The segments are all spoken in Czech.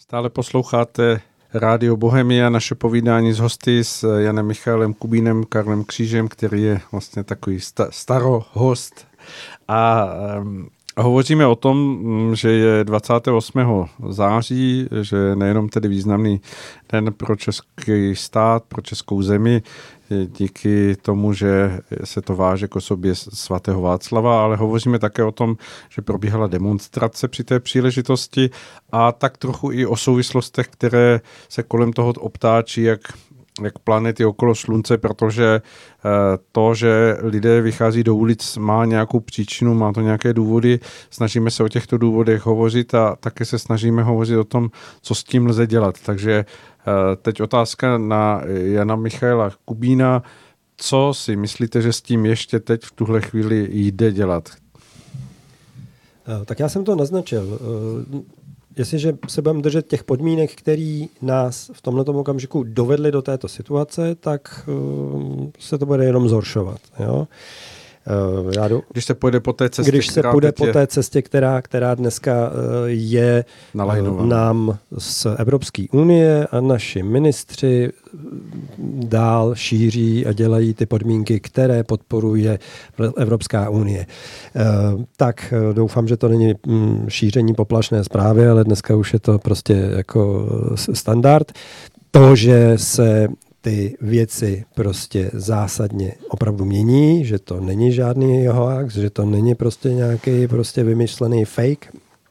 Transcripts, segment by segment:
Stále posloucháte Rádio Bohemia, naše povídání s hosty s Janem Michaelem Kubínem, Karlem Křížem, který je vlastně takový starohost. A hovoříme o tom, že je 28. září, že nejenom tedy významný den pro český stát, pro českou zemi, díky tomu, že se to váže k osobě svatého Václava, ale hovoříme také o tom, že probíhala demonstrace při té příležitosti a tak trochu i o souvislostech, které se kolem toho obtáčí, jak planety okolo slunce, protože to, že lidé vychází do ulic, má nějakou příčinu, má to nějaké důvody. Snažíme se o těchto důvodech hovořit a také se snažíme hovořit o tom, co s tím lze dělat. Takže teď otázka na Jana Michaela Kubína. Co si myslíte, že s tím ještě teď v tuhle chvíli jde dělat? Tak já jsem to naznačil. Jestliže se budeme držet těch podmínek, které nás v tomto okamžiku dovedly do této situace, tak se to bude jenom zhoršovat. Jo? Když se půjde po té cestě, která dneska je nám z Evropské unie a naši ministři dál šíří a dělají ty podmínky, které podporuje Evropská unie. Tak doufám, že to není šíření poplašné zprávy, ale dneska už je to prostě jako standard. To, že se ty věci prostě zásadně opravdu mění, že to není žádný hoax, že to není prostě nějaký prostě vymyšlený fake.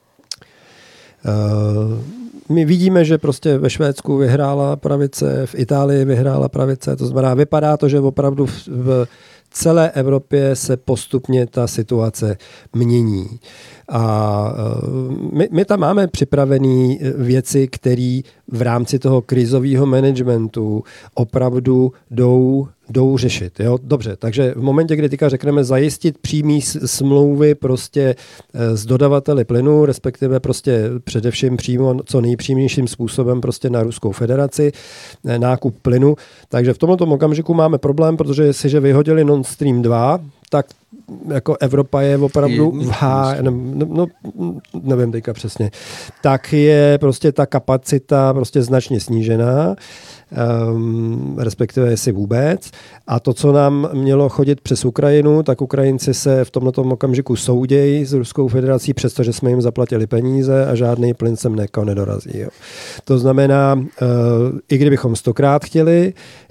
My vidíme, že prostě ve Švédsku vyhrála pravice, v Itálii vyhrála pravice, to znamená, vypadá to, že opravdu v celé Evropě se postupně ta situace mění. A my tam máme připravené věci, které v rámci toho krizového managementu opravdu jdou řešit. Jo? Dobře, takže v momentě, kdy teďka řekneme zajistit přímý smlouvy prostě s dodavateli plynu, respektive prostě především přímo co nejpřímějším způsobem prostě na Ruskou federaci, nákup plynu. Takže v tomto okamžiku máme problém, protože jestliže vyhodili Nord Stream 2, tak jako Evropa je opravdu nevím teďka přesně, tak je prostě ta kapacita prostě značně snížená, respektive jestli vůbec. A to, co nám mělo chodit přes Ukrajinu, tak Ukrajinci se v tomto okamžiku soudějí s Ruskou federací, přestože jsme jim zaplatili peníze a žádný plyn sem nedorazí. Jo. To znamená, i kdybychom 100krát chtěli,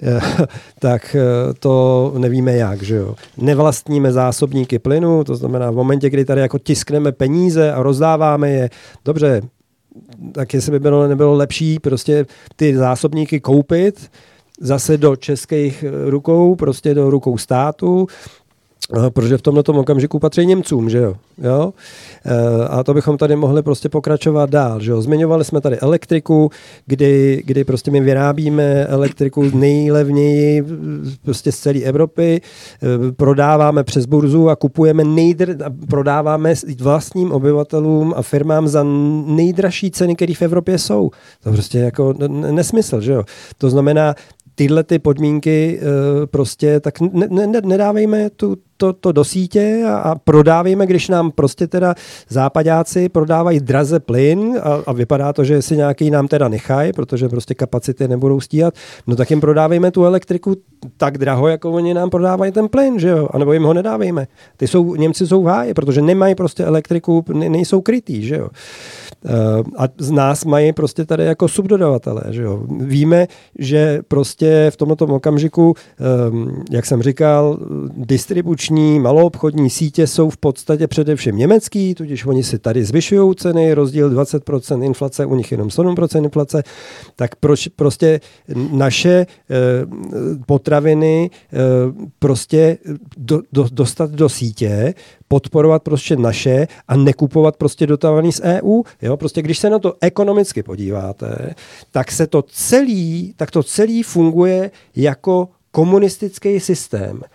tak to nevíme jak. Že jo. Nevlastníme zásobníky plynu, to znamená v momentě, kdy tady jako tiskneme peníze a rozdáváme je, dobře, tak jestli by nebylo lepší prostě ty zásobníky koupit zase do českých rukou, prostě do rukou státu, protože v tomto okamžiku patří Němcům, že jo? A to bychom tady mohli prostě pokračovat dál, že jo? Zmiňovali jsme tady elektriku, kdy prostě my vyrábíme elektriku nejlevněji prostě z celé Evropy, prodáváme přes burzu a kupujeme prodáváme vlastním obyvatelům a firmám za nejdražší ceny, které v Evropě jsou. To prostě jako nesmysl, že jo? To znamená, tyhle ty podmínky prostě, tak nedávejme to do sítě a prodávejme, když nám prostě teda západáci prodávají draze plyn a vypadá to, že si nějaký nám teda nechají, protože prostě kapacity nebudou stíhat, no tak jim prodávejme tu elektriku tak draho, jako oni nám prodávají ten plyn, že jo, anebo jim ho nedávejme. Němci jsou v háji, protože nemají prostě elektriku, nejsou krytý, že jo. A z nás mají prostě tady jako subdodavatelé, že jo. Víme, že prostě v tomto okamžiku, jak jsem říkal, distribuční maloobchodní sítě jsou v podstatě především německý, tudíž oni si tady zvyšují ceny, rozdíl 20% inflace, u nich jenom 7% inflace, tak proč prostě naše potraviny prostě dostat do sítě, podporovat prostě naše a nekupovat prostě dotovaný z EU. Jo? Prostě když se na to ekonomicky podíváte, tak to celý funguje jako komunistický systém.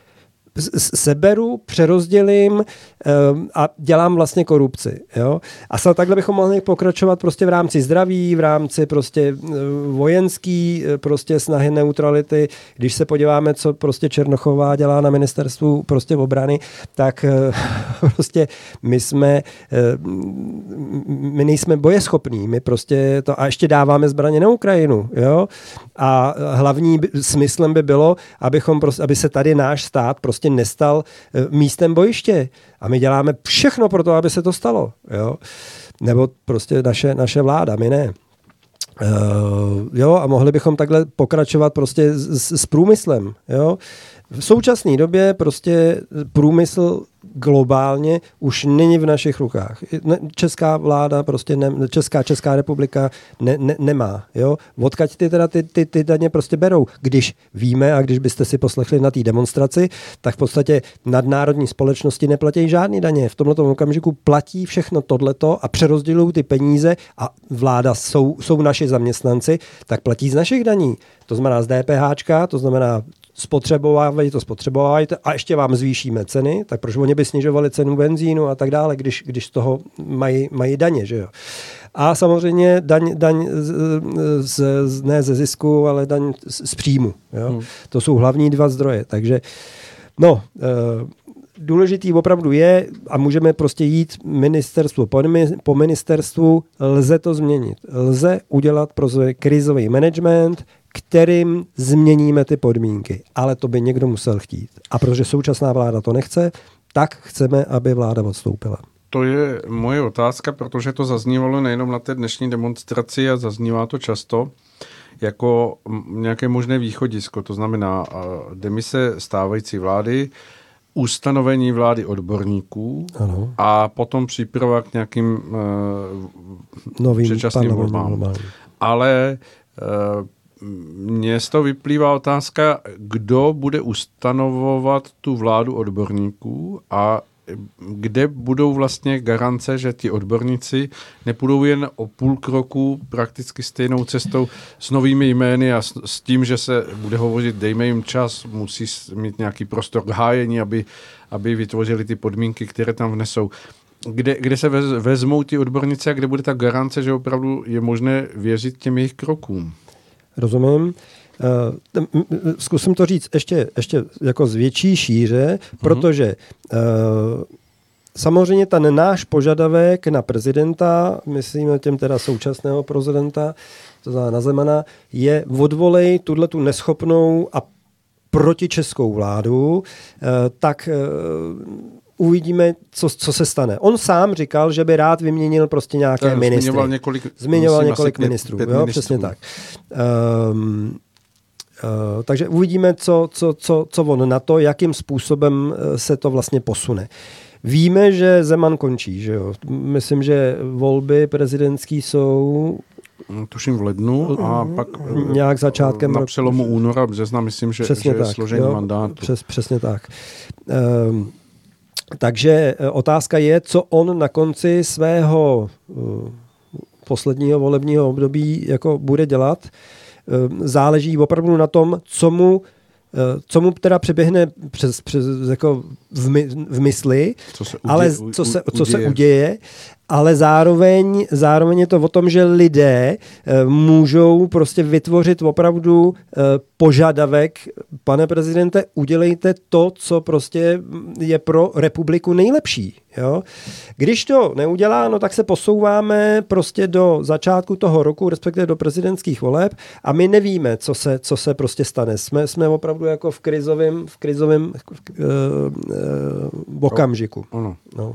seberu, přerozdělím a dělám vlastně korupci. Jo? A takhle bychom mohli pokračovat prostě v rámci zdraví, v rámci prostě vojenský prostě snahy neutrality. Když se podíváme, co prostě Černochová dělá na ministerstvu prostě obrany, tak prostě my nejsme bojeschopní, my prostě to a ještě dáváme zbraně na Ukrajinu. Jo? A hlavní smyslem by bylo, aby se tady náš stát prostě nestal místem bojiště. A my děláme všechno pro to, aby se to stalo. Jo? Nebo prostě naše vláda, my ne. Jo, a mohli bychom takhle pokračovat prostě s průmyslem. Jo? V současné době prostě průmysl globálně už není v našich rukách. Česká vláda prostě Česká republika nemá. Jo? Odkud ty daně prostě berou. Když víme a když byste si poslechli na té demonstraci, tak v podstatě nadnárodní společnosti neplatí žádný daně. V tomto okamžiku platí všechno tohleto a přerozdělují ty peníze a vláda jsou naši zaměstnanci, tak platí z našich daní. To znamená z DPHčka, to znamená spotřebovávají a ještě vám zvýšíme ceny, tak proč oni by snižovali cenu benzínu a tak dále, když z toho mají daně, že jo. A samozřejmě daň ne ze zisku, ale daň z příjmu. Jo? To jsou hlavní dva zdroje, takže důležitý opravdu je, a můžeme prostě jít ministerstvo po ministerstvu, lze to změnit. Lze udělat pro krizový management, kterým změníme ty podmínky. Ale to by někdo musel chtít. A protože současná vláda to nechce, tak chceme, aby vláda odstoupila. To je moje otázka, protože to zaznívalo nejenom na té dnešní demonstraci a zaznívá to často jako nějaké možné východisko. To znamená demise stávající vlády, ustanovení vlády odborníků, ano, a potom příprava k nějakým novým předčasným volbám. Ale mně z toho vyplývá otázka, kdo bude ustanovovat tu vládu odborníků a kde budou vlastně garance, že ti odborníci nepůjdou jen o půl kroku prakticky stejnou cestou s novými jmény a s tím, že se bude hovořit, dejme jim čas, musí mít nějaký prostor k hájení, aby vytvořili ty podmínky, které tam vnesou. Kde se vezmou ti odborníci a kde bude ta garance, že opravdu je možné věřit těm jejich krokům? Rozumím. Zkusím to říct ještě jako z větší šíře, protože samozřejmě ten náš požadavek na prezidenta, myslíme těm teda současného prezidenta, to znamená na Zemana, je odvolej tuhletu neschopnou a protičeskou vládu, tak uvidíme, co se stane. On sám říkal, že by rád vyměnil prostě nějaké ministry. Zmiňoval několik ministrů. Jo, přesně tak. Takže uvidíme, co on na to, jakým způsobem se to vlastně posune. Víme, že Zeman končí, že jo? Myslím, že volby prezidentský jsou tuším v lednu a pak nějak začátkem na přelomu února, března, myslím, že je složení mandátu. Přesně tak. Takže otázka je, co on na konci svého posledního volebního období jako bude dělat. Záleží opravdu na tom, co mu teda přeběhne přes jako v mysli, co se uděje, ale zároveň je to o tom, že lidé můžou prostě vytvořit opravdu požadavek, pane prezidente, udělejte to, co prostě je pro republiku nejlepší. Jo? Když to neudělá, no tak se posouváme prostě do začátku toho roku, respektive do prezidentských voleb a my nevíme, co se prostě stane. Jsme opravdu jako v krizovém okamžiku. Ano. No.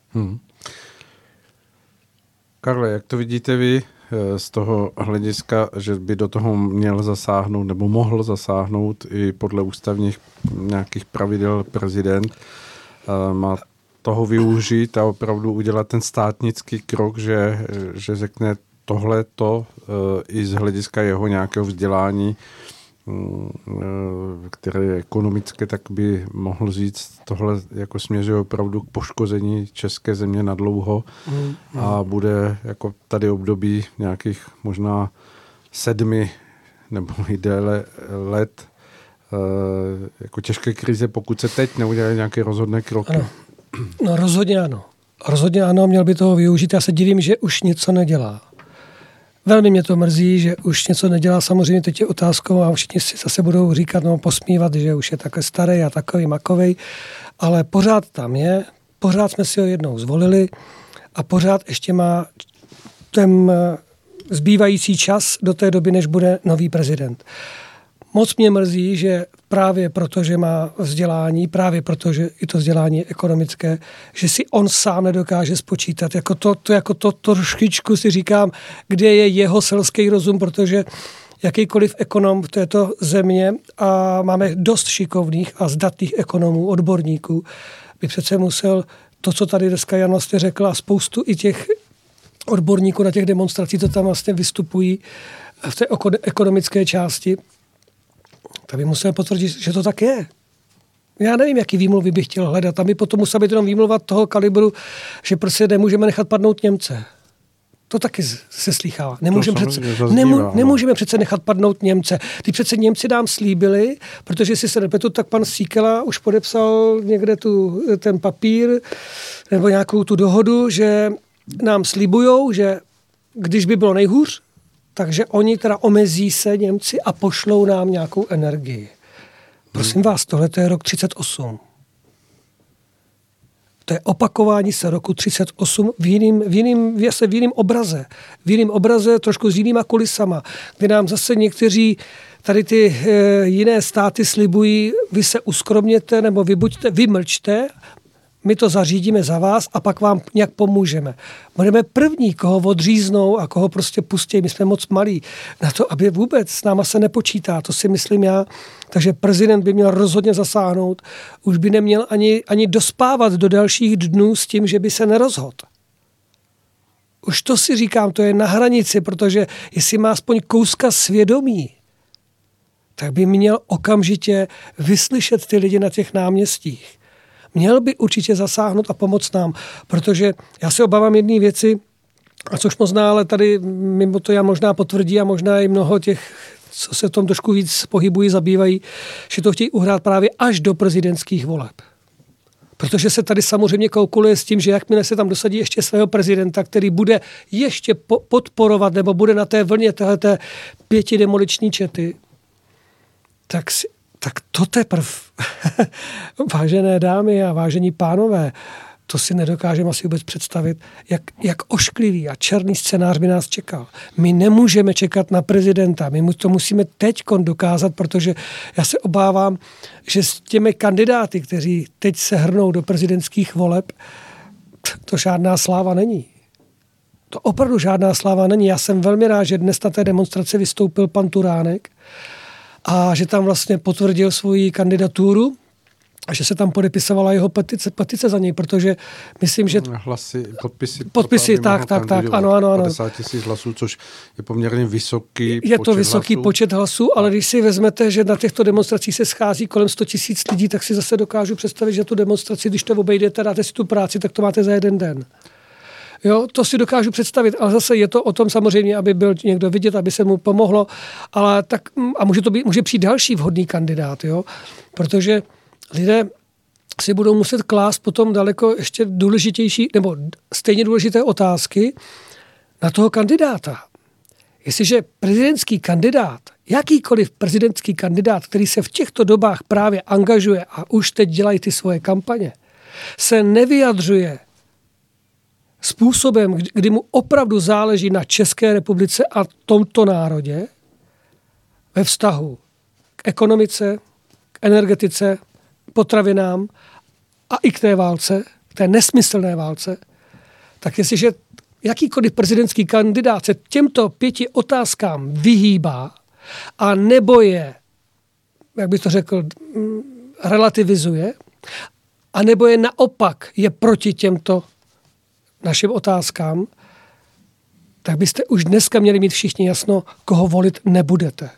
Karle, jak to vidíte vy z toho hlediska, že by do toho měl zasáhnout nebo mohl zasáhnout i podle ústavních nějakých pravidel prezident, má toho využít a opravdu udělat ten státnický krok, že řekne tohleto i z hlediska jeho nějakého vzdělání, které je ekonomické, tak by mohl říct, tohle jako směřuje opravdu k poškození české země nadlouho a bude jako tady období nějakých možná 7 nebo i déle let jako těžké krize, pokud se teď neudělají nějaké rozhodné kroky. Ano. No rozhodně ano. Rozhodně ano, měl by toho využít. Já se divím, že už něco nedělá. Velmi mě to mrzí, že už něco nedělá. Samozřejmě teď je otázkou a všichni si zase budou říkat, no posmívat, že už je takhle starý a takový makovej, ale pořád tam je, pořád jsme si ho jednou zvolili a pořád ještě má ten zbývající čas do té doby, než bude nový prezident. Moc mě mrzí, že právě proto, že má vzdělání, právě proto, že i to vzdělání je ekonomické, že si on sám nedokáže spočítat. Jako to trošičku si říkám, kde je jeho selský rozum, protože jakýkoliv ekonom v této země, a máme dost šikovných a zdatných ekonomů, odborníků, by přece musel to, co tady dneska Jan vlastně řekl, a spoustu i těch odborníků na těch demonstracích, to tam vlastně vystupují v té ekonomické části, tak by musel potvrdit, že to tak je. Já nevím, jaký výmluvy bych chtěl hledat. A my potom musíme být jenom výmluvat toho kalibru, že prostě nemůžeme nechat padnout Němce. To taky se slýchává. Nemůžeme přece nechat padnout Němce. Ty přece Němci nám slíbili, protože si se nepletu, tak pan Síkela už podepsal někde ten papír nebo nějakou tu dohodu, že nám slibujou, že když by bylo nejhůř, takže oni teda omezí se Němci a pošlou nám nějakou energii. Prosím vás, tohle je rok 38. To je opakování se roku 38 v jiným obraze. V jiném obraze, trošku s jinýma kulisama, kde nám zase někteří tady ty jiné státy slibují, vy se uskromněte nebo vy mlčte, my to zařídíme za vás a pak vám nějak pomůžeme. Budeme první, koho odříznou a koho prostě pustí. My jsme moc malí na to, aby vůbec s náma se nepočítá. To si myslím já. Takže prezident by měl rozhodně zasáhnout. Už by neměl ani dospávat do dalších dnů s tím, že by se nerozhodl. Už to si říkám, to je na hranici, protože jestli má aspoň kouska svědomí, tak by měl okamžitě vyslyšet ty lidi na těch náměstích. Měl by určitě zasáhnout a pomoct nám, protože já se obávám jedné věci, a což možná, ale tady mimo to já možná potvrdí a možná i mnoho těch, co se v tom trošku víc pohybují, zabývají, že to chtějí uhrát právě až do prezidentských voleb. Protože se tady samozřejmě kalkuluje s tím, že jakmile se tam dosadí ještě svého prezidenta, který bude ještě podporovat nebo bude na té vlně téhleté 5 demoliční čety, tak to teprv, vážené dámy a vážení pánové, to si nedokážeme asi vůbec představit, jak ošklivý a černý scénář by nás čekal. My nemůžeme čekat na prezidenta, my to musíme teďkon dokázat, protože já se obávám, že s těmi kandidáty, kteří teď se hrnou do prezidentských voleb, to žádná sláva není. To opravdu žádná sláva není. Já jsem velmi rád, že dnes na té demonstraci vystoupil pan Turánek, a že tam vlastně potvrdil svoji kandidaturu a že se tam podepisovala jeho petice za něj, protože myslím, že... Podpisy, tak, ano. 50 000 hlasů, což je poměrně vysoký Je to vysoký počet hlasů, ale když si vezmete, že na těchto demonstracích se schází kolem 100 000 lidí, tak si zase dokážu představit, že tu demonstraci, když to obejdete, dáte si tu práci, tak to máte za jeden den. Jo, to si dokážu představit, ale zase je to o tom samozřejmě, aby byl někdo vidět, aby se mu pomohlo, ale tak, a může přijít další vhodný kandidát, jo, protože lidé si budou muset klást potom daleko ještě důležitější, nebo stejně důležité otázky na toho kandidáta. Jestliže prezidentský kandidát, jakýkoliv prezidentský kandidát, který se v těchto dobách právě angažuje a už teď dělají ty svoje kampaně, se nevyjadřuje způsobem, kdy mu opravdu záleží na České republice a tomto národě ve vztahu k ekonomice, k energetice, k potravinám a i k té válce, k té nesmyslné válce, tak jestliže jakýkoliv prezidentský kandidát se těmto 5 otázkám vyhýbá a nebo je, jak bych to řekl, relativizuje, a nebo je naopak je proti těmto našim otázkám, tak byste už dneska měli mít všichni jasno, koho volit nebudete.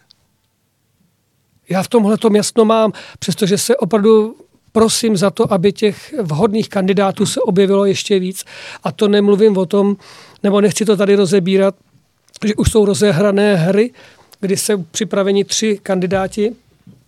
Já v tomhletom jasno mám, přestože se opravdu prosím za to, aby těch vhodných kandidátů se objevilo ještě víc. A to nemluvím o tom, nebo nechci to tady rozebírat, že už jsou rozehrané hry, kdy jsou připraveni 3 kandidáti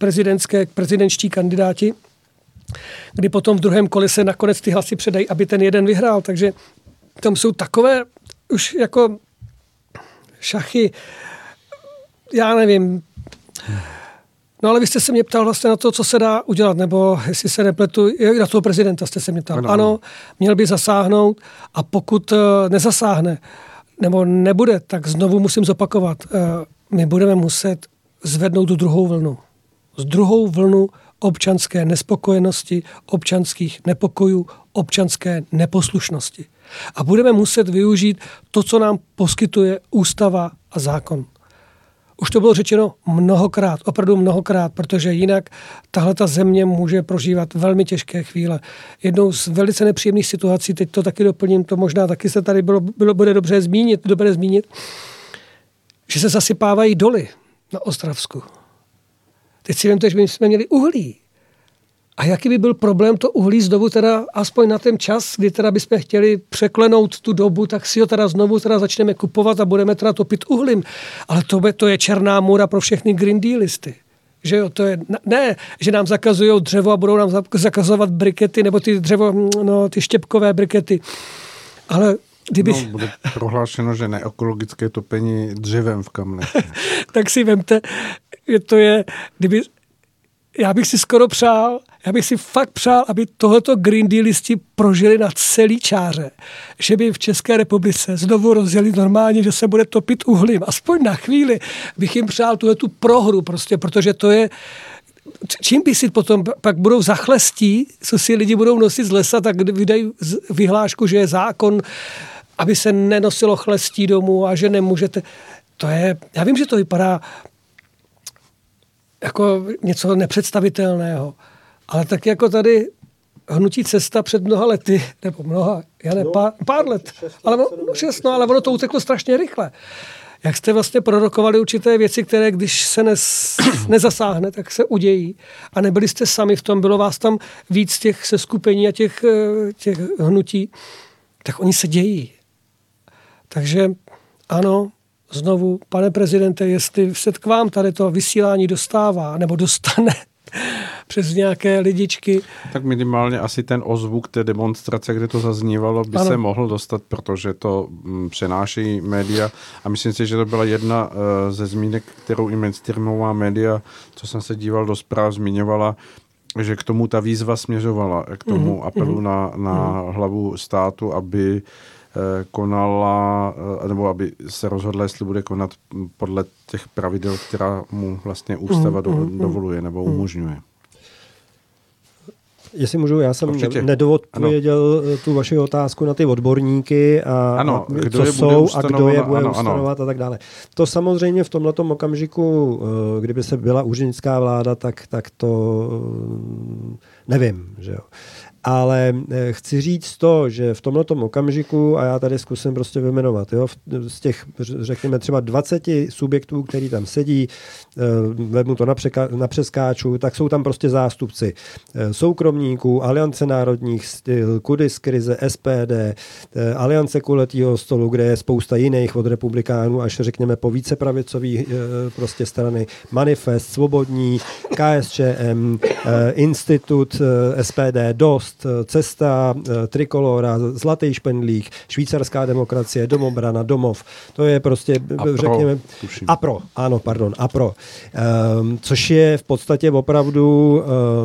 prezidentští kandidáti, kdy potom v druhém kole se nakonec ty hlasy předají, aby ten jeden vyhrál. Takže tam jsou takové už jako šachy, já nevím. No ale vy jste se mě ptal vlastně na to, co se dá udělat, nebo jestli se nepletu, na toho prezidenta jste se mě ptal. Ano, měl by zasáhnout a pokud nezasáhne, nebo nebude, tak znovu musím zopakovat. My budeme muset zvednout tu druhou vlnu. Z druhou vlnu občanské nespokojenosti, občanských nepokojů, občanské neposlušnosti. A budeme muset využít to, co nám poskytuje ústava a zákon. Už to bylo řečeno mnohokrát, opravdu mnohokrát, protože jinak tahleta země může prožívat velmi těžké chvíle. Jednou z velice nepříjemných situací, teď to taky doplním, to možná taky se tady bude dobré zmínit, že se zasypávají doly na Ostravsku. Teď si vemte, že jsme měli uhlí. A jaký by byl problém to uhlí znovu teda aspoň na ten čas, kdy teda bychom chtěli překlenout tu dobu, tak si ho teda znovu teda začneme kupovat a budeme teda topit uhlím. Ale to je černá můra pro všechny Green Dealisty. Že jo, to je, ne, že nám zakazují dřevo a budou nám zakazovat brikety, nebo ty štěpkové brikety. Ale kdyby... bude prohlášeno, že neekologické topení dřevem v kamnech. Tak si vemte, že to je, já bych si fakt přál, aby tohleto Green Dealisti prožili na celý čáře. Že by v České republice znovu rozjeli normálně, že se bude topit uhlím. Aspoň na chvíli bych jim přál tuhletu prohru prostě, protože to je... Čím by si potom pak budou zachlestí, co si lidi budou nosit z lesa, tak vydají vyhlášku, že je zákon, aby se nenosilo chlestí domů a že nemůžete... To je... Já vím, že to vypadá jako něco nepředstavitelného. Ale tak jako hnutí Cesta před mnoha lety, nebo pár let, ale ono to uteklo strašně rychle. Jak jste vlastně prorokovali určité věci, které když se nezasáhne, tak se udějí. A nebyli jste sami v tom, bylo vás tam víc těch seskupení a těch hnutí, tak oni se dějí. Takže ano, znovu, pane prezidente, jestli se k vám tady to vysílání dostává, nebo dostane přes nějaké lidičky. Tak minimálně asi ten ozvuk té demonstrace, kde to zaznívalo, by se mohl dostat, protože to přenáší média. A myslím si, že to byla jedna ze zmínek, kterou i mainstreamová média, co jsem se díval do zpráv, zmiňovala, že k tomu ta výzva směřovala, k tomu apelu na hlavu státu, aby konala, nebo aby se rozhodla, jestli bude konat podle těch pravidel, která mu vlastně ústava dovoluje nebo umožňuje. Jestli můžu, já jsem nedoodpověděl tu vaši otázku na ty odborníky a co jsou a kdo je bude ustanovat a tak dále. To samozřejmě v tomhletom okamžiku, kdyby se byla úřednická vláda, tak to nevím, že jo. Ale chci říct to, že v tomhletom okamžiku, a já tady zkusím prostě vyjmenovat, jo, z těch, řekněme, třeba 20 subjektů, který tam sedí, vezmu to na přeskáču, tak jsou tam prostě zástupci soukromníků, Aliance národních styl, Kudiz krize, SPD, Aliance kulatýho stolu, kde je spousta jiných od republikánů, až řekněme po více pravicových prostě strany, Manifest, Svobodní, KSČM, Institut, SPD, DOST, Cesta, Trikolora, Zlatý špendlík, Švýcarská demokracie, Domobrana, Domov. To je prostě, řekněme... APRO. Což je v podstatě opravdu...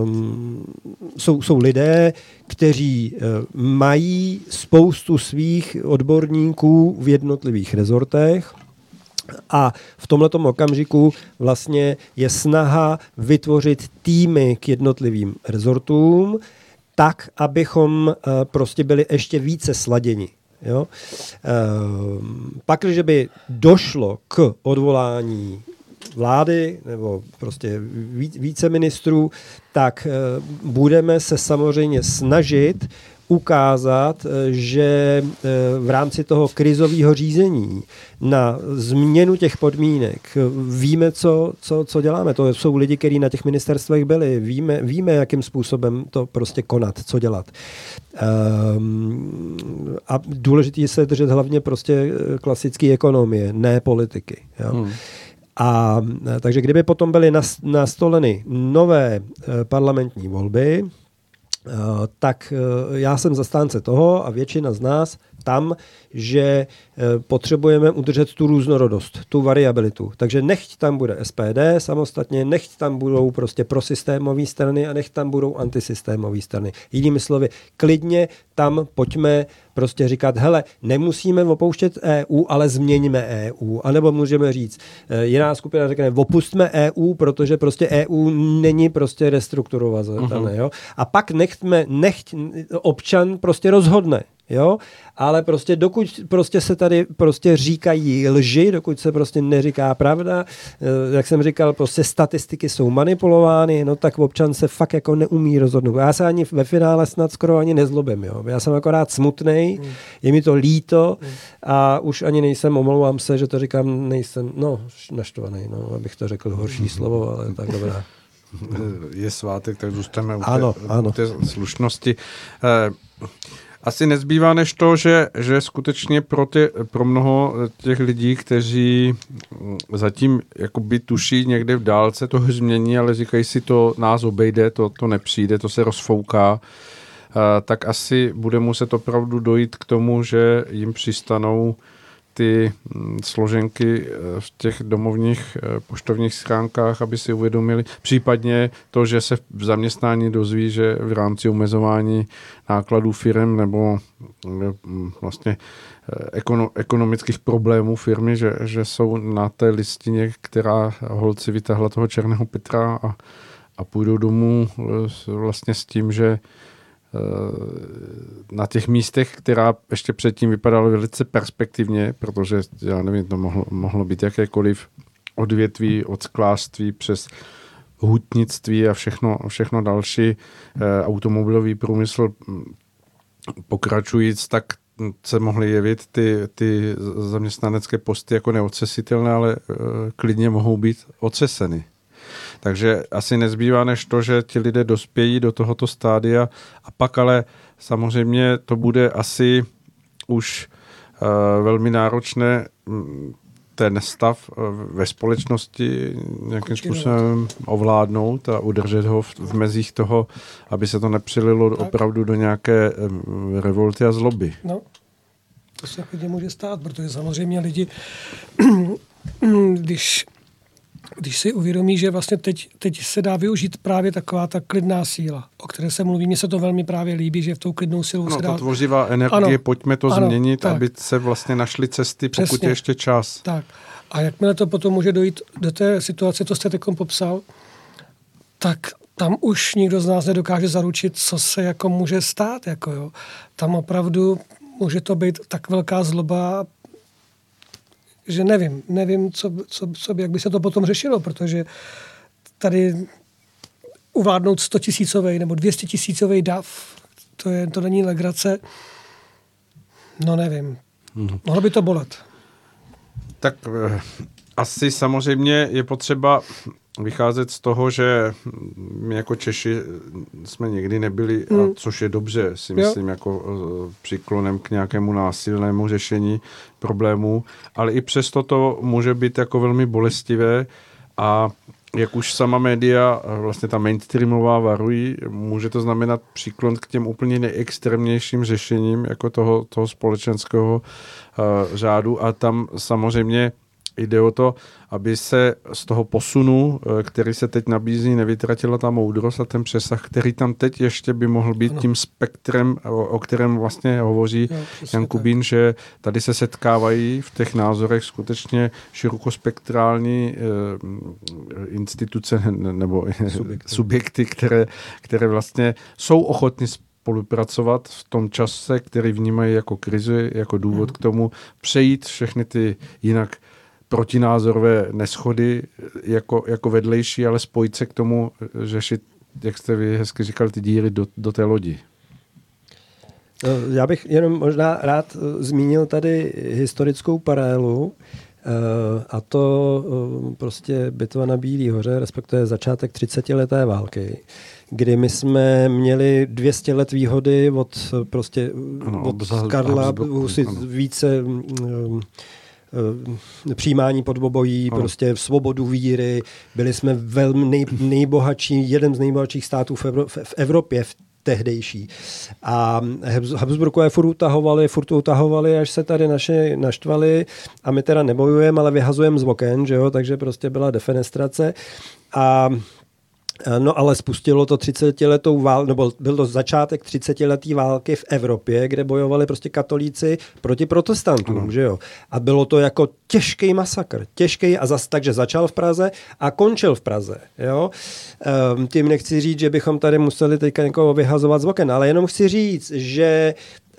Jsou lidé, kteří mají spoustu svých odborníků v jednotlivých rezortech, a v tomhletom okamžiku vlastně je snaha vytvořit týmy k jednotlivým rezortům, tak, abychom prostě byli ještě více sladěni. Jo? Pakliže by došlo k odvolání vlády nebo prostě více ministrů, tak budeme se samozřejmě snažit ukázat, že v rámci toho krizového řízení na změnu těch podmínek víme, co děláme. To jsou lidi, kteří na těch ministerstvech byli. Víme, jakým způsobem to prostě konat, co dělat. A důležité je se držet hlavně prostě klasické ekonomie, ne politiky. Jo? A takže kdyby potom byly nastoleny nové parlamentní volby, tak já jsem zastánce toho a většina z nás tam, že potřebujeme udržet tu různorodost, tu variabilitu. Takže nechť tam bude SPD samostatně, nechť tam budou prostě prosystémové strany a nechť tam budou antisystémové strany. Jinými slovy, klidně tam pojďme prostě říkat, hele, nemusíme opouštět EU, ale změníme EU. A nebo můžeme říct, jiná skupina řekne, opustme EU, protože prostě EU není prostě restrukturovatelné. Jo? A pak nechť občan prostě rozhodne. Jo, ale prostě dokud prostě se tady prostě říkají lži, dokud se prostě neříká pravda, jak jsem říkal, prostě statistiky jsou manipulovány, no tak občan se fakt jako neumí rozhodnout. Já se ani ve finále snad skoro ani nezlobím, jo. Já jsem akorát smutnej, je mi to líto a už ani nejsem, omlouvám se, že to říkám, nejsem, naštvaný, abych to řekl horší slovo, ale tak dobrá. Je svátek, tak zůstaneme u té slušnosti. Asi nezbývá než to, že skutečně pro mnoho těch lidí, kteří zatím jakoby tuší někde v dálce, to změní, ale říkají si, to nás obejde, to nepřijde, to se rozfouká, tak asi bude muset opravdu dojít k tomu, že jim přistanou ty složenky v těch domovních poštovních schránkách, aby si uvědomili. Případně to, že se v zaměstnání dozví, že v rámci omezování nákladů firem nebo vlastně ekonomických problémů firmy, že jsou na té listině, která holci vytáhla toho Černého Petra a půjdou domů vlastně s tím, že na těch místech, která ještě předtím vypadala velice perspektivně, protože, já nevím, to mohlo být jakékoliv odvětví, od sklářství přes hutnictví a všechno další, automobilový průmysl pokračujíc, tak se mohly jevit ty zaměstnanecké posty jako neocesitelné, ale klidně mohou být oceseny. Takže asi nezbývá než to, že ti lidé dospějí do tohoto stádia a pak ale samozřejmě to bude asi už velmi náročné ten stav ve společnosti nějakým způsobem ovládnout a udržet ho v mezích toho, aby se to nepřililo opravdu do nějaké revolty a zloby. No, to se klidně může stát, protože samozřejmě lidi, když si uvědomí, že vlastně teď se dá využít právě taková ta klidná síla, o které se mluví. Mně se to velmi právě líbí, že v tou klidnou silou se dá... ta tvořivá energie, pojďme to změnit, tak. Aby se vlastně našly cesty, pokud Přesně. Je ještě čas. Tak. A jakmile to potom může dojít do té situace, co jste teďkom popsal, tak tam už nikdo z nás nedokáže zaručit, co se jako může stát. Jako jo. Tam opravdu může to být tak velká zloba, že nevím, jak by se to potom řešilo, protože tady uvládnout 100 000 nebo 200 000 dav, to není legrace, nevím. Mohlo by to bolet. Tak asi samozřejmě je potřeba vycházet z toho, že my jako Češi jsme nikdy nebyli, a což je dobře, si myslím, jako příklonem k nějakému násilnému řešení problémů, ale i přesto to může být jako velmi bolestivé a jak už sama média, vlastně ta mainstreamová varují, může to znamenat příklon k těm úplně nejextrémnějším řešením jako toho společenského řádu a tam samozřejmě jde o to, aby se z toho posunu, který se teď nabízí, nevytratila ta moudrost a ten přesah, který tam teď ještě by mohl být tím spektrem, o kterém vlastně hovoří Jan Kubín, že tady se setkávají v těch názorech skutečně širokospektrální instituce nebo subjekty, které vlastně jsou ochotny spolupracovat v tom čase, který vnímají jako krizi, jako důvod k tomu přejít všechny ty jinak protinázorové neshody jako vedlejší, ale spojit se k tomu, řešit, jak jste vy hezky říkal, ty díry do té lodi. Já bych jenom možná rád zmínil tady historickou paralelu a to prostě bitva na Bílý hoře, respektive začátek 30leté války, kdy my jsme měli 200 let výhody od Karla, více přijímání pod obojí, prostě v svobodu víry, byli jsme velmi nejbohatší, jeden z nejbohatších států v Evropě tehdejší. A Habsburkové furt utahovali, až se tady naše naštvali a my teda nebojujeme, ale vyhazujeme z oken, že jo, takže prostě byla defenestrace a no ale spustilo to 30letou válku, nebo byl to začátek 30letý války v Evropě, kde bojovali prostě katolíci proti protestantům, že jo. A bylo to jako těžký masakr, takže začal v Praze a končil v Praze, jo. Tím nechci říct, že bychom tady museli teďka někoho vyhazovat z oken, ale jenom chci říct, že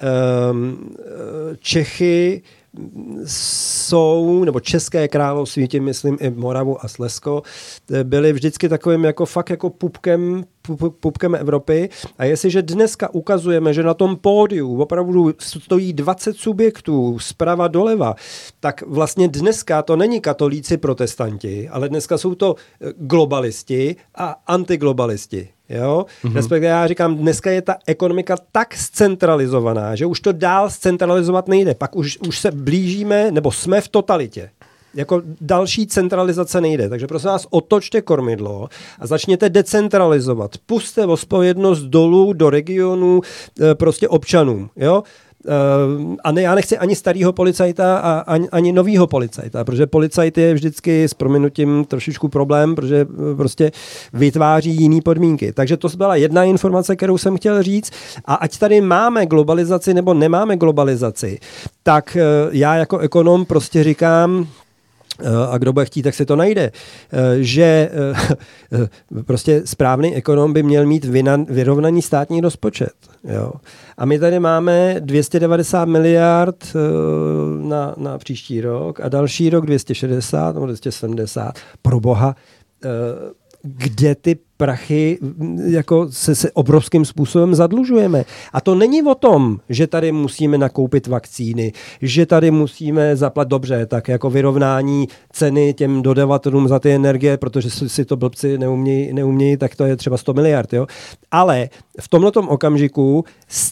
Čechy jsou, nebo České království, tím myslím i Moravu a Slezsko, byly vždycky takovým jako fakt jako pupkem Evropy. A jestliže dneska ukazujeme, že na tom pódiu opravdu stojí 20 subjektů zprava doleva, tak vlastně dneska to není katolíci protestanti, ale dneska jsou to globalisti a antiglobalisti. Jo? Respektive já říkám, dneska je ta ekonomika tak zcentralizovaná, že už to dál zcentralizovat nejde. Pak už se blížíme, nebo jsme v totalitě. Jako další centralizace nejde. Takže prosím vás, otočte kormidlo a začněte decentralizovat. Pusťte odpovědnost dolů do regionů prostě občanům. Jo? A ne, já nechci ani starýho policajta a ani novýho policajta, protože policajt je vždycky s prominutím trošičku problém, protože prostě vytváří jiný podmínky. Takže to byla jedna informace, kterou jsem chtěl říct. A ať tady máme globalizaci nebo nemáme globalizaci, tak já jako ekonom prostě říkám, a kdo bude chtít, tak se to najde, že prostě správný ekonom by měl mít vyrovnaný státní rozpočet. Jo. A my tady máme 290 miliard na příští rok a další rok 260 nebo 270. Pro boha, kde ty prachy jako se obrovským způsobem zadlužujeme. A to není o tom, že tady musíme nakoupit vakcíny, že tady musíme zaplatit dobře, tak jako vyrovnání ceny těm dodavatelům za ty energie, protože si to blbci neumějí, tak to je třeba 100 miliard. Jo? Ale v tomhletom okamžiku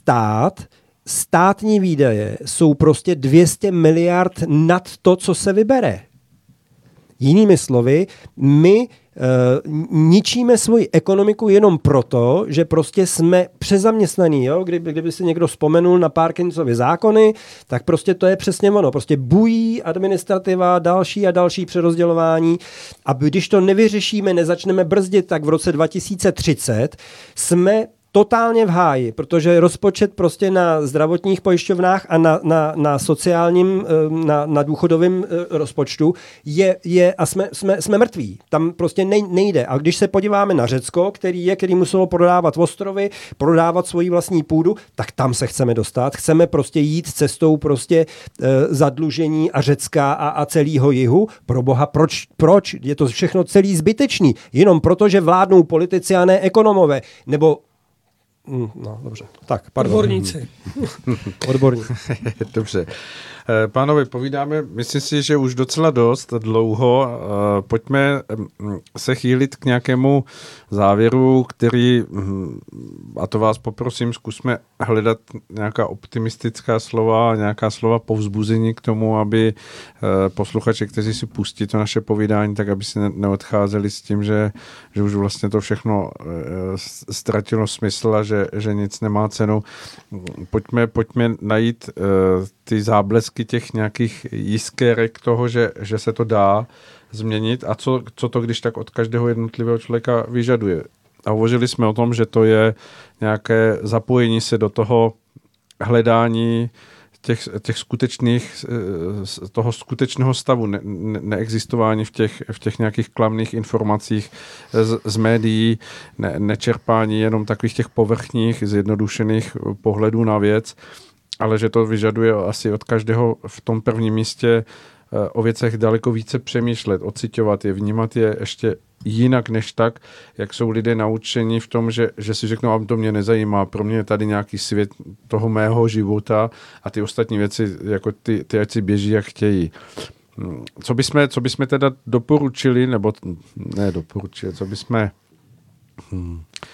státní výdaje jsou prostě 200 miliard nad to, co se vybere. Jinými slovy, my ničíme svoji ekonomiku jenom proto, že prostě jsme přezaměstnaní. Jo? Kdyby si někdo vzpomenul na Parkinsovy zákony, tak prostě to je přesně ono. Prostě bují administrativa, další a další přerozdělování. A když to nevyřešíme, nezačneme brzdit, tak v roce 2030 jsme totálně v háji, protože rozpočet prostě na zdravotních pojišťovnách a na sociálním, na důchodovém rozpočtu je a jsme mrtví. Tam prostě nejde. A když se podíváme na Řecko, který muselo prodávat ostrovy, prodávat svoji vlastní půdu, tak tam se chceme dostat. Chceme prostě jít cestou prostě zadlužení a Řecka a celého jihu. Pro boha, proč? Je to všechno celý zbytečný. Jenom proto, že vládnou politici a ne ekonomové. Nebo no, dobře. Tak, pardon. Odborníci. Dobře. Pánové, povídáme, myslím si, že už docela dost dlouho. Pojďme se chýlit k nějakému závěru, který, a to vás poprosím, zkusme hledat nějaká optimistická slova, nějaká slova povzbuzení k tomu, aby posluchači, kteří si pustí to naše povídání, tak aby si neodcházeli s tím, že už vlastně to všechno ztratilo smysl a že nic nemá cenu. Pojďme najít ty záblesky těch nějakých jiskérek toho, že se to dá změnit a co to když tak od každého jednotlivého člověka vyžaduje. A hovořili jsme o tom, že to je nějaké zapojení se do toho hledání těch skutečných, toho skutečného stavu, neexistování v těch nějakých klamných informacích z médií, nečerpání jenom takových těch povrchních, zjednodušených pohledů na věc, ale že to vyžaduje asi od každého v tom prvním místě o věcech daleko více přemýšlet, ociťovat je, vnímat je ještě jinak než tak, jak jsou lidé naučeni v tom, že si řeknou, a to mě nezajímá, pro mě je tady nějaký svět toho mého života a ty ostatní věci, jako ty ať si běží, jak chtějí. Co bychom teda doporučili, nebo ne doporučili, co bychom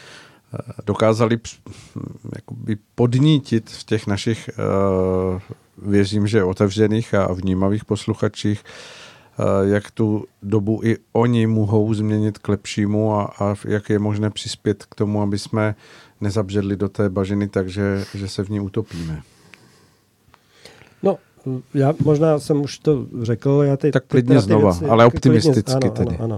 dokázali jakoby podnítit v těch našich věřím, že otevřených a vnímavých posluchačích, jak tu dobu i oni mohou změnit k lepšímu a jak je možné přispět k tomu, aby jsme nezabředli do té bažiny, takže že se v ní utopíme. No, já možná jsem už to řekl. Tak klidně znova, věci, ale optimisticky klidně, tedy. Ano.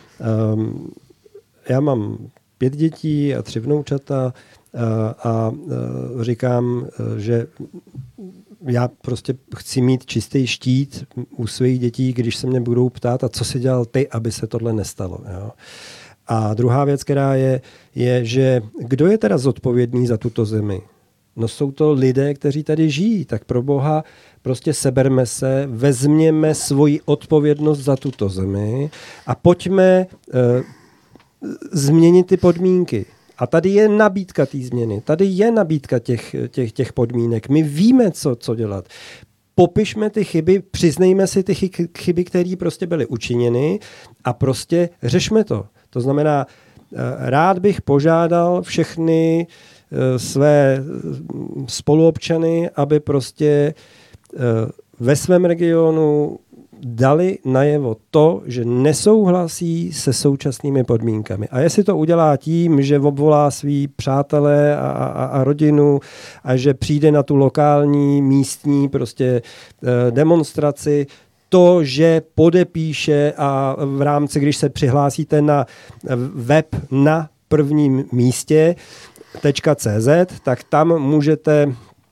Já mám 5 dětí a 3 vnoučata a říkám, že já prostě chci mít čistý štít u svých dětí, když se mě budou ptát, a co si dělal ty, aby se tohle nestalo. Jo? A druhá věc, která je, že kdo je teda zodpovědný za tuto zemi? No jsou to lidé, kteří tady žijí, tak pro Boha prostě seberme se, vezměme svoji odpovědnost za tuto zemi a pojďme změnit ty podmínky. A tady je nabídka té změny, tady je nabídka těch podmínek. My víme, co dělat. Popišme ty chyby, přiznejme si ty chyby, které prostě byly učiněny a prostě řešme to. To znamená, rád bych požádal všechny své spoluobčany, aby prostě ve svém regionu dali najevo to, že nesouhlasí se současnými podmínkami. A jestli to udělá tím, že obvolá svý přátelé a rodinu a že přijde na tu lokální, místní prostě demonstraci, to, že podepíše a v rámci, když se přihlásíte na web na prvním místě .cz, tak tam můžete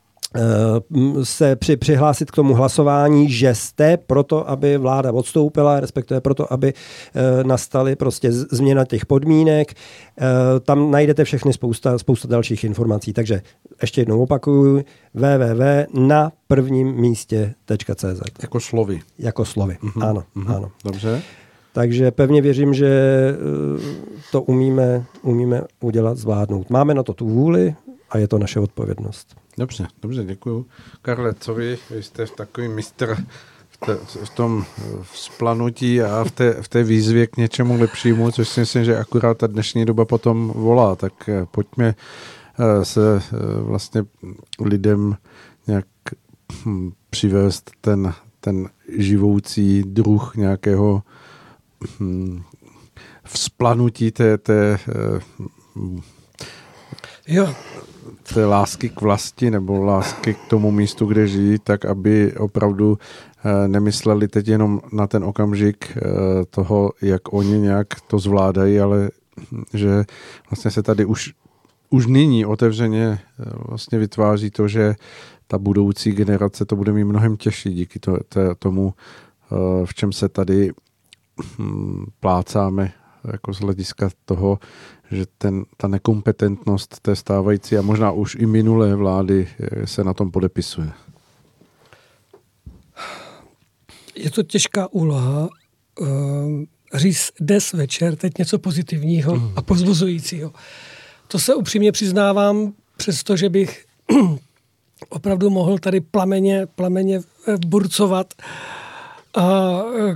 se přihlásit k tomu hlasování, že jste proto, aby vláda odstoupila, respektive proto, aby nastaly prostě změna těch podmínek. Tam najdete všechny spousta dalších informací. Takže ještě jednou opakuju, www.naprvnimmístě.cz. Jako slovy. Jako slovy, ano. Dobře. Takže pevně věřím, že to umíme udělat, zvládnout. Máme na to tu vůli a je to naše odpovědnost. Dobře, děkuju. Karle, co vy jste takový mistr v tom vzplanutí a v té výzvě k něčemu lepšímu, což si myslím, že akurát ta dnešní doba potom volá, tak pojďme se vlastně lidem nějak přivést ten živoucí druh nějakého vzplanutí té lásky k vlasti nebo lásky k tomu místu, kde žijí, tak aby opravdu nemysleli teď jenom na ten okamžik toho, jak oni nějak to zvládají, ale že vlastně se tady už nyní otevřeně vlastně vytváří to, že ta budoucí generace to bude mít mnohem těžší díky tomu, v čem se tady plácáme jako z hlediska toho, že ta nekompetentnost té stávající a možná už i minulé vlády se na tom podepisuje. Je to těžká úloha říct dnes večer teď něco pozitivního a povzbuzujícího. To se upřímně přiznávám, přestože bych opravdu mohl tady plameně burcovat a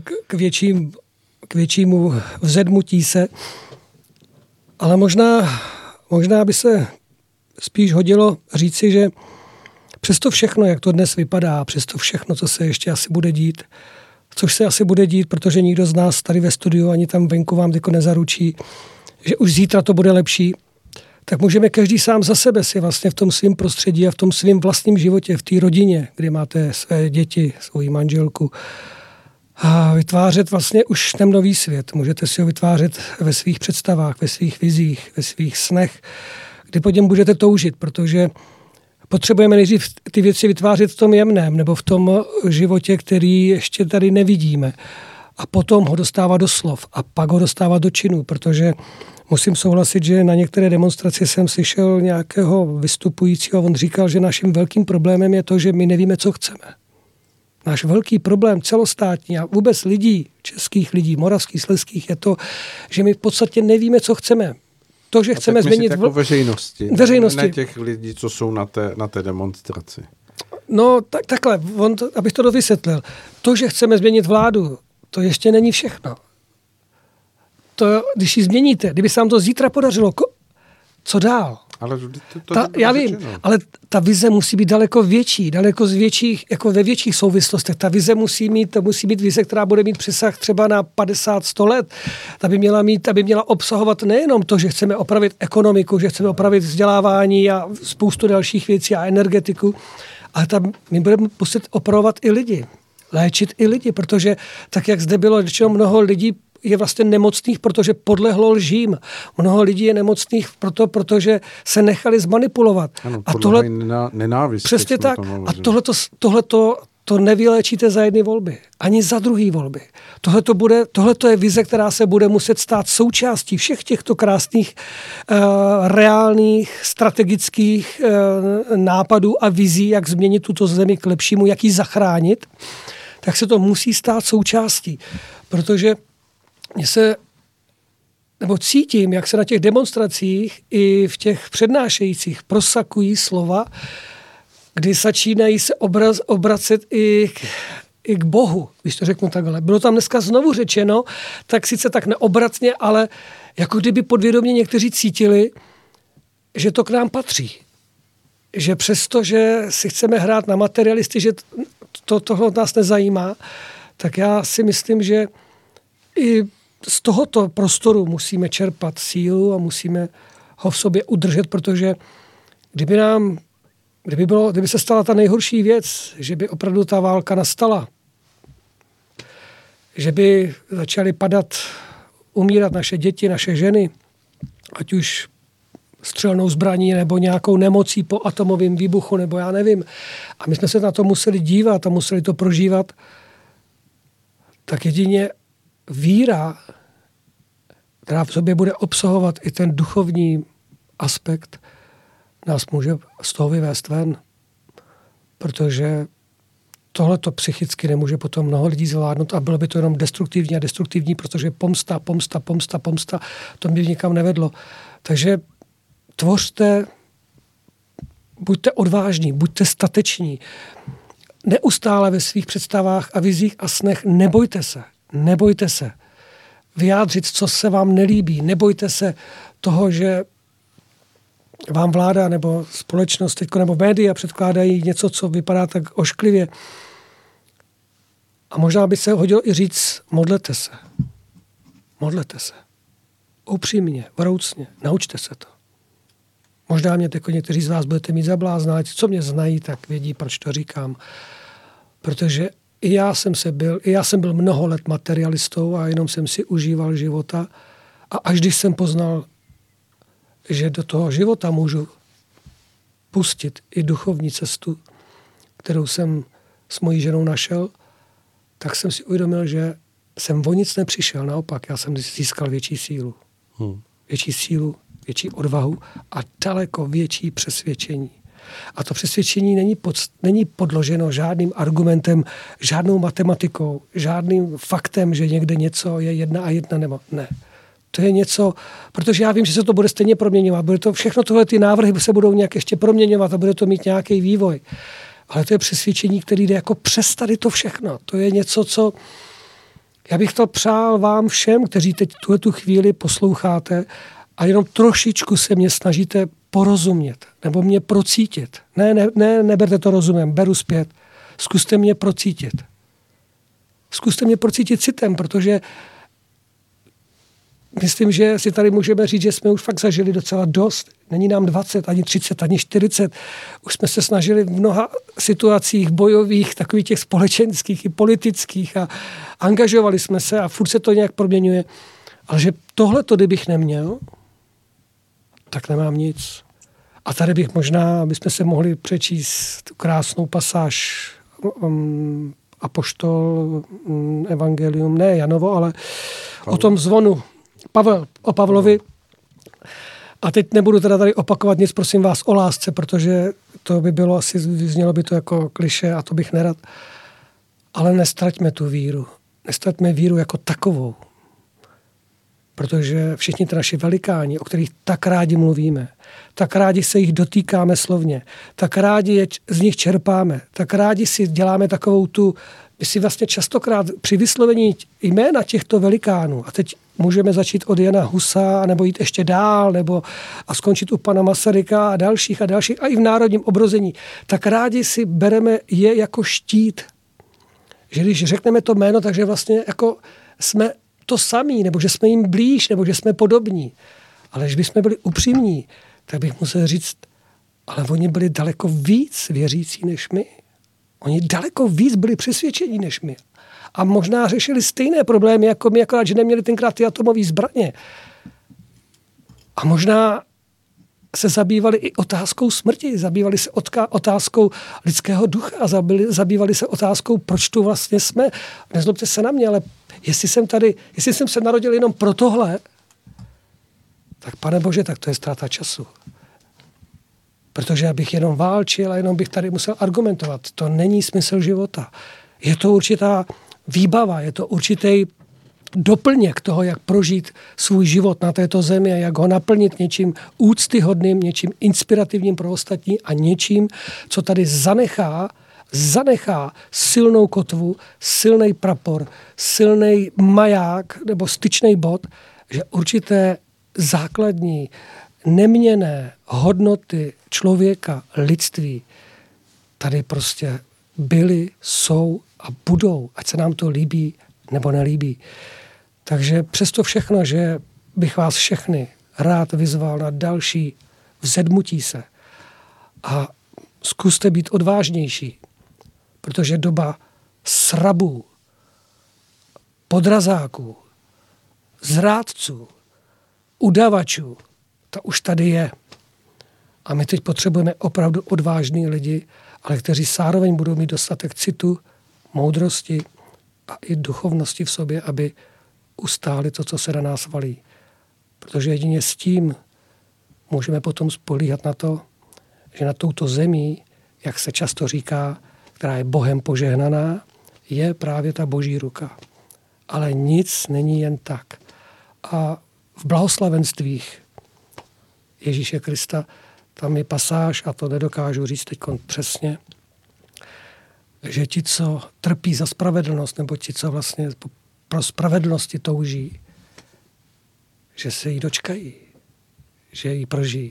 k většímu vzedmutí se. Ale možná by se spíš hodilo říci, že přes to všechno, jak to dnes vypadá, přes to všechno, co se ještě asi bude dít, což se asi bude dít, protože nikdo z nás tady ve studiu ani tam venku vám tyko nezaručí, že už zítra to bude lepší, tak můžeme každý sám za sebe si vlastně v tom svém prostředí a v tom svém vlastním životě, v té rodině, kdy máte své děti, svou manželku, a vytvářet vlastně už ten nový svět. Můžete si ho vytvářet ve svých představách, ve svých vizích, ve svých snech, kdy po něm budete toužit, protože potřebujeme nejdřív ty věci vytvářet v tom jemném nebo v tom životě, který ještě tady nevidíme. A potom ho dostávat do slov a pak ho dostávat do činů, protože musím souhlasit, že na některé demonstraci jsem slyšel nějakého vystupujícího, on říkal, že naším velkým problémem je to, že my nevíme, co chceme. Náš velký problém celostátní a vůbec lidí, českých lidí, moravských, slezských, je to, že my v podstatě nevíme, co chceme. To, že chceme změnit jako veřejnosti. Ne těch lidí, co jsou na té demonstraci. No, takhle, abych to dovysvětlil. To, že chceme změnit vládu, to ještě není všechno. To, když ji změníte, kdyby se vám to zítra podařilo, co dál? Ale já vím, ale ta vize musí být daleko větší, jako ve větších souvislostech. Ta vize musí mít vize, která bude mít přesah třeba na 50-100 let. Ta by měla obsahovat nejenom to, že chceme opravit ekonomiku, že chceme opravit vzdělávání a spoustu dalších věcí a energetiku, ale my budeme muset opravovat i lidi, léčit i lidi, protože tak, jak zde bylo řečeno, mnoho lidí je vlastně nemocných, protože podlehlo lžím. Mnoho lidí je nemocných protože se nechali zmanipulovat. Ano, a tohle nenávist. Přesně tak. A tohleto nevyléčíte za jedny volby. Ani za druhý volby. Tohleto je vize, která se bude muset stát součástí všech těchto krásných reálných strategických nápadů a vizí, jak změnit tuto zemi k lepšímu, jak ji zachránit, tak se to musí stát součástí. Protože cítím, jak se na těch demonstracích i v těch přednášejících prosakují slova, kdy začínají se obracet i k Bohu, když to řeknu takhle. Bylo tam dneska znovu řečeno, tak sice tak neobratně, ale jako kdyby podvědomě někteří cítili, že to k nám patří. Že přesto, že si chceme hrát na materialisty, že tohle nás nezajímá, tak já si myslím, že i z tohoto prostoru musíme čerpat sílu a musíme ho v sobě udržet, protože kdyby se stala ta nejhorší věc, že by opravdu ta válka nastala, že by začaly umírat naše děti, naše ženy, ať už střelnou zbraní nebo nějakou nemocí po atomovém výbuchu, nebo já nevím. A my jsme se na to museli dívat a museli to prožívat, tak jedině víra, která v sobě bude obsahovat i ten duchovní aspekt, nás může z toho vyvést ven. Protože tohleto psychicky nemůže potom mnoho lidí zvládnout a bylo by to jenom destruktivní, protože pomsta, to by nikam nevedlo. Takže tvořte, buďte odvážní, buďte stateční. Neustále ve svých představách a vizích a snech nebojte se vyjádřit, co se vám nelíbí. Nebojte se toho, že vám vláda nebo společnost nebo média předkládají něco, co vypadá tak ošklivě. A možná by se hodilo i říct, modlete se. Upřímně, vroucně, naučte se to. Možná mě někteří z vás budete mít za blázna, ale co mě znají, tak vědí, proč to říkám. Protože i já jsem byl mnoho let materialistou a jenom jsem si užíval života. A až když jsem poznal, že do toho života můžu pustit i duchovní cestu, kterou jsem s mojí ženou našel, tak jsem si uvědomil, že jsem o nic nepřišel. Naopak, já jsem získal větší sílu. Větší sílu, větší odvahu a daleko větší přesvědčení. A to přesvědčení není podloženo žádným argumentem, žádnou matematikou, žádným faktem, že někde něco je 1 a 1 nebo ne. To je něco, protože já vím, že se to bude stejně proměňovat. Bude to všechno tohle, ty návrhy se budou nějak ještě proměňovat a bude to mít nějaký vývoj. Ale to je přesvědčení, který jde jako přes tady to všechno. To je něco, co já bych to přál vám všem, kteří teď tu chvíli posloucháte a jenom trošičku se mě snažíte porozumět nebo mě procítit. Neberte to rozumem, beru zpět. Zkuste mě procítit. Zkuste mě procítit citem, protože myslím, že si tady můžeme říct, že jsme už fakt zažili docela dost. Není nám 20, ani 30, ani 40. Už jsme se snažili v mnoha situacích bojových, takových těch společenských i politických a angažovali jsme se a furt se to nějak proměňuje. Ale že tohleto, kdybych neměl, tak nemám nic. A tady bych možná, abychom se mohli přečíst tu krásnou pasáž Apoštol Evangelium, ne Janovo, ale o tom zvonu. O Pavlovi. A teď nebudu teda tady opakovat nic, prosím vás, o lásce, protože to by bylo asi, znělo by to jako klišé a to bych nerad. Ale nestraťme tu víru. Nestraťme víru jako takovou. Protože všichni ty naši velikáni, o kterých tak rádi mluvíme, tak rádi se jich dotýkáme slovně, tak rádi z nich čerpáme, tak rádi si děláme takovou tu my si vlastně častokrát při vyslovení jména těchto velikánů, a teď můžeme začít od Jana Husa, nebo jít ještě dál, nebo a skončit u pana Masaryka a dalších, a i v národním obrození, tak rádi si bereme je jako štít. Že když řekneme to jméno, takže vlastně jako jsme to samý, nebo že jsme jim blíž, nebo že jsme podobní. Ale když bychom byli upřímní, tak bych musel říct, ale oni byli daleko víc věřící než my. Oni daleko víc byli přesvědčení než my. A možná řešili stejné problémy jako my, akorát, že neměli tenkrát ty atomové zbraně. A možná se zabývali i otázkou smrti, zabývali se otázkou lidského ducha a zabývali se otázkou, proč tu vlastně jsme. Nezlobte se na mě, ale jestli jsem se narodil jenom pro tohle, tak Pane Bože, tak to je ztráta času. Protože já bych jenom válčil a jenom bych tady musel argumentovat. To není smysl života. Je to určitá výbava, je to určitý doplněk toho, jak prožít svůj život na této zemi a jak ho naplnit něčím úctyhodným, něčím inspirativním pro ostatní a něčím, co tady zanechá silnou kotvu, silný prapor, silný maják nebo styčný bod, že určité základní neměnné hodnoty člověka, lidství tady prostě byly, jsou a budou, ať se nám to líbí nebo nelíbí. Takže přesto všechno, že bych vás všechny rád vyzval na další vzedmutí se a zkuste být odvážnější, protože doba srabů, podrazáků, zrádců, udavačů, ta už tady je. A my teď potřebujeme opravdu odvážný lidi, ale kteří zároveň budou mít dostatek citu, moudrosti a i duchovnosti v sobě, aby ustáli to, co se na nás valí. Protože jedině s tím můžeme potom spolíhat na to, že na touto zemí, jak se často říká, která je Bohem požehnaná, je právě ta Boží ruka. Ale nic není jen tak. A v blahoslavenstvích Ježíše Krista tam je pasáž, a to nedokážu říct teď přesně, že ti, co trpí za spravedlnost, nebo ti, co vlastně pro spravedlnosti touží, že se jí dočkají, že ji prožijí.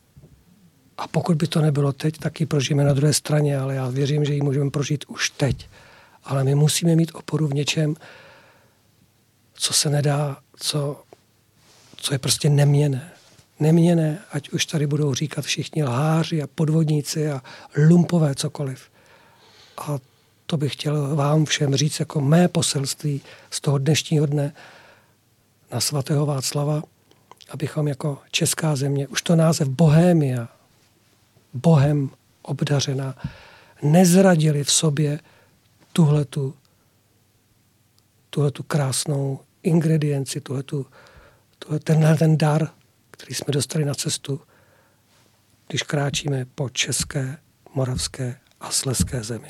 A pokud by to nebylo teď, tak ji prožijeme na druhé straně, ale já věřím, že ji můžeme prožít už teď. Ale my musíme mít oporu v něčem, co se nedá, co je prostě neměnné. Neměnné, ať už tady budou říkat všichni lháři a podvodníci a lumpové cokoliv. A to bych chtěl vám všem říct jako mé poselství z toho dnešního dne na svatého Václava, abychom jako česká země, už to název Bohémia, Bohem obdařená, nezradili v sobě tuhletu krásnou ingredienci, ten dar, který jsme dostali na cestu, když kráčíme po české, moravské a slezské zemi.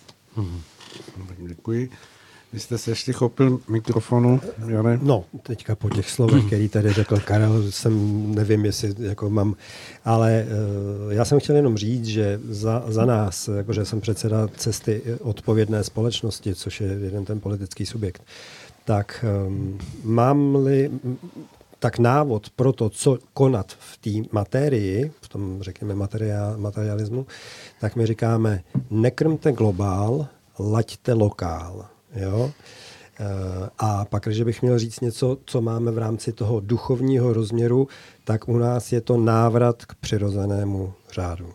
Děkuji. Vy jste se ještě chopil mikrofonu, Jane? No, teďka po těch slovech, který tady řekl Karel, nevím, jestli jako mám, ale já jsem chtěl jenom říct, že za nás, jakože jsem předseda Cesty odpovědné společnosti, což je jeden ten politický subjekt, tak mám-li tak návod pro to, co konat v té matérii, v tom, řekněme, materialismu, tak my říkáme, nekrmte globál, laďte lokál. Jo? A pak, když bych měl říct něco, co máme v rámci toho duchovního rozměru, tak u nás je to návrat k přirozenému řádu.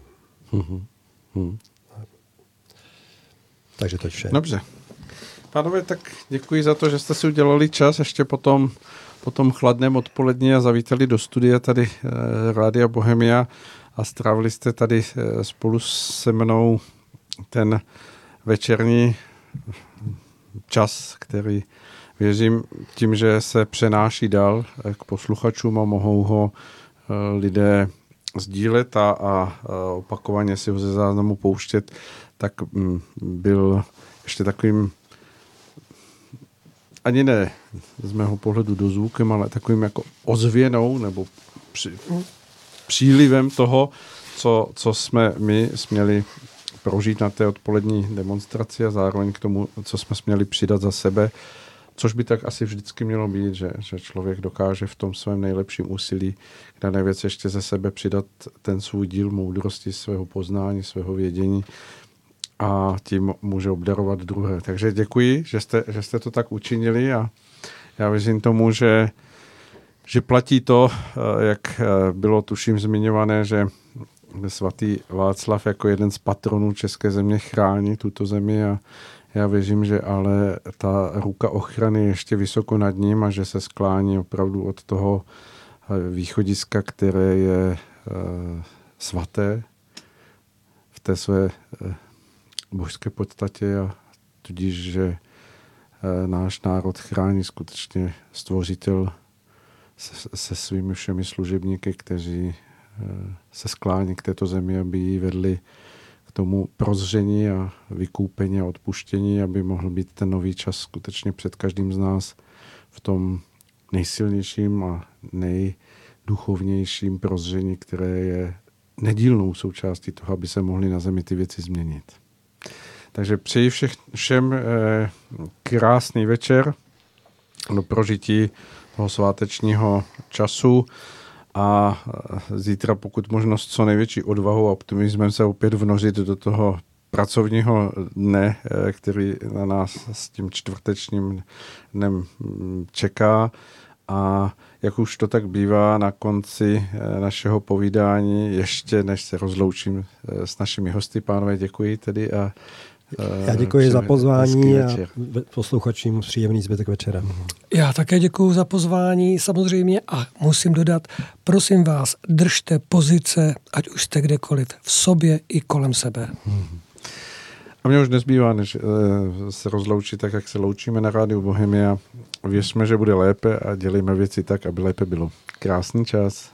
Takže to je vše. Dobře. Pánové, tak děkuji za to, že jste si udělali čas ještě po tom chladném odpolední a zavítali do studia tady Rádia Bohemia a strávili jste tady spolu se mnou ten večerní čas, který věřím tím, že se přenáší dál k posluchačům a mohou ho lidé sdílet a opakovaně si ho ze záznamu pouštět, tak byl ještě takovým ani ne z mého pohledu dozvukem, ale takovým jako ozvěnou nebo přílivem toho, co jsme my směli prožít na té odpolední demonstraci a zároveň k tomu, co jsme směli přidat za sebe, což by tak asi vždycky mělo být, že člověk dokáže v tom svém nejlepším úsilí k dané věci ještě ze sebe přidat ten svůj díl moudrosti, svého poznání, svého vědění a tím může obdarovat druhé. Takže děkuji, že jste to tak učinili a já věřím tomu, že platí to, jak bylo tuším zmiňované, že svatý Václav jako jeden z patronů české země chrání tuto zemi a já věřím, že ale ta ruka ochrany je ještě vysoko nad ním a že se sklání opravdu od toho východiska, které je svaté v té své božské podstatě a tudíž, že náš národ chrání skutečně Stvořitel se svými všemi služebníky, kteří se sklání k této zemi, aby ji vedli k tomu prozření a vykoupení a odpuštění, aby mohl být ten nový čas skutečně před každým z nás v tom nejsilnějším a nejduchovnějším prozření, které je nedílnou součástí toho, aby se mohly na zemi ty věci změnit. Takže přeji všem krásný večer do prožití toho svátečního času a zítra pokud možnost co největší odvahu a optimismem se opět vnořit do toho pracovního dne, který na nás s tím čtvrtečním dnem čeká. A jak už to tak bývá na konci našeho povídání, ještě než se rozloučím s našimi hosty, pánové, děkuji tedy a já děkuji za pozvání a posluchačům příjemný zbytek večera. Já také děkuji za pozvání samozřejmě a musím dodat, prosím vás, držte pozice, ať už jste kdekoliv, v sobě i kolem sebe. A mě už nezbývá, než se rozloučit tak, jak se loučíme na Rádiu Bohemia. Věřme, že bude lépe a dělejme věci tak, aby lépe bylo. Krásný čas.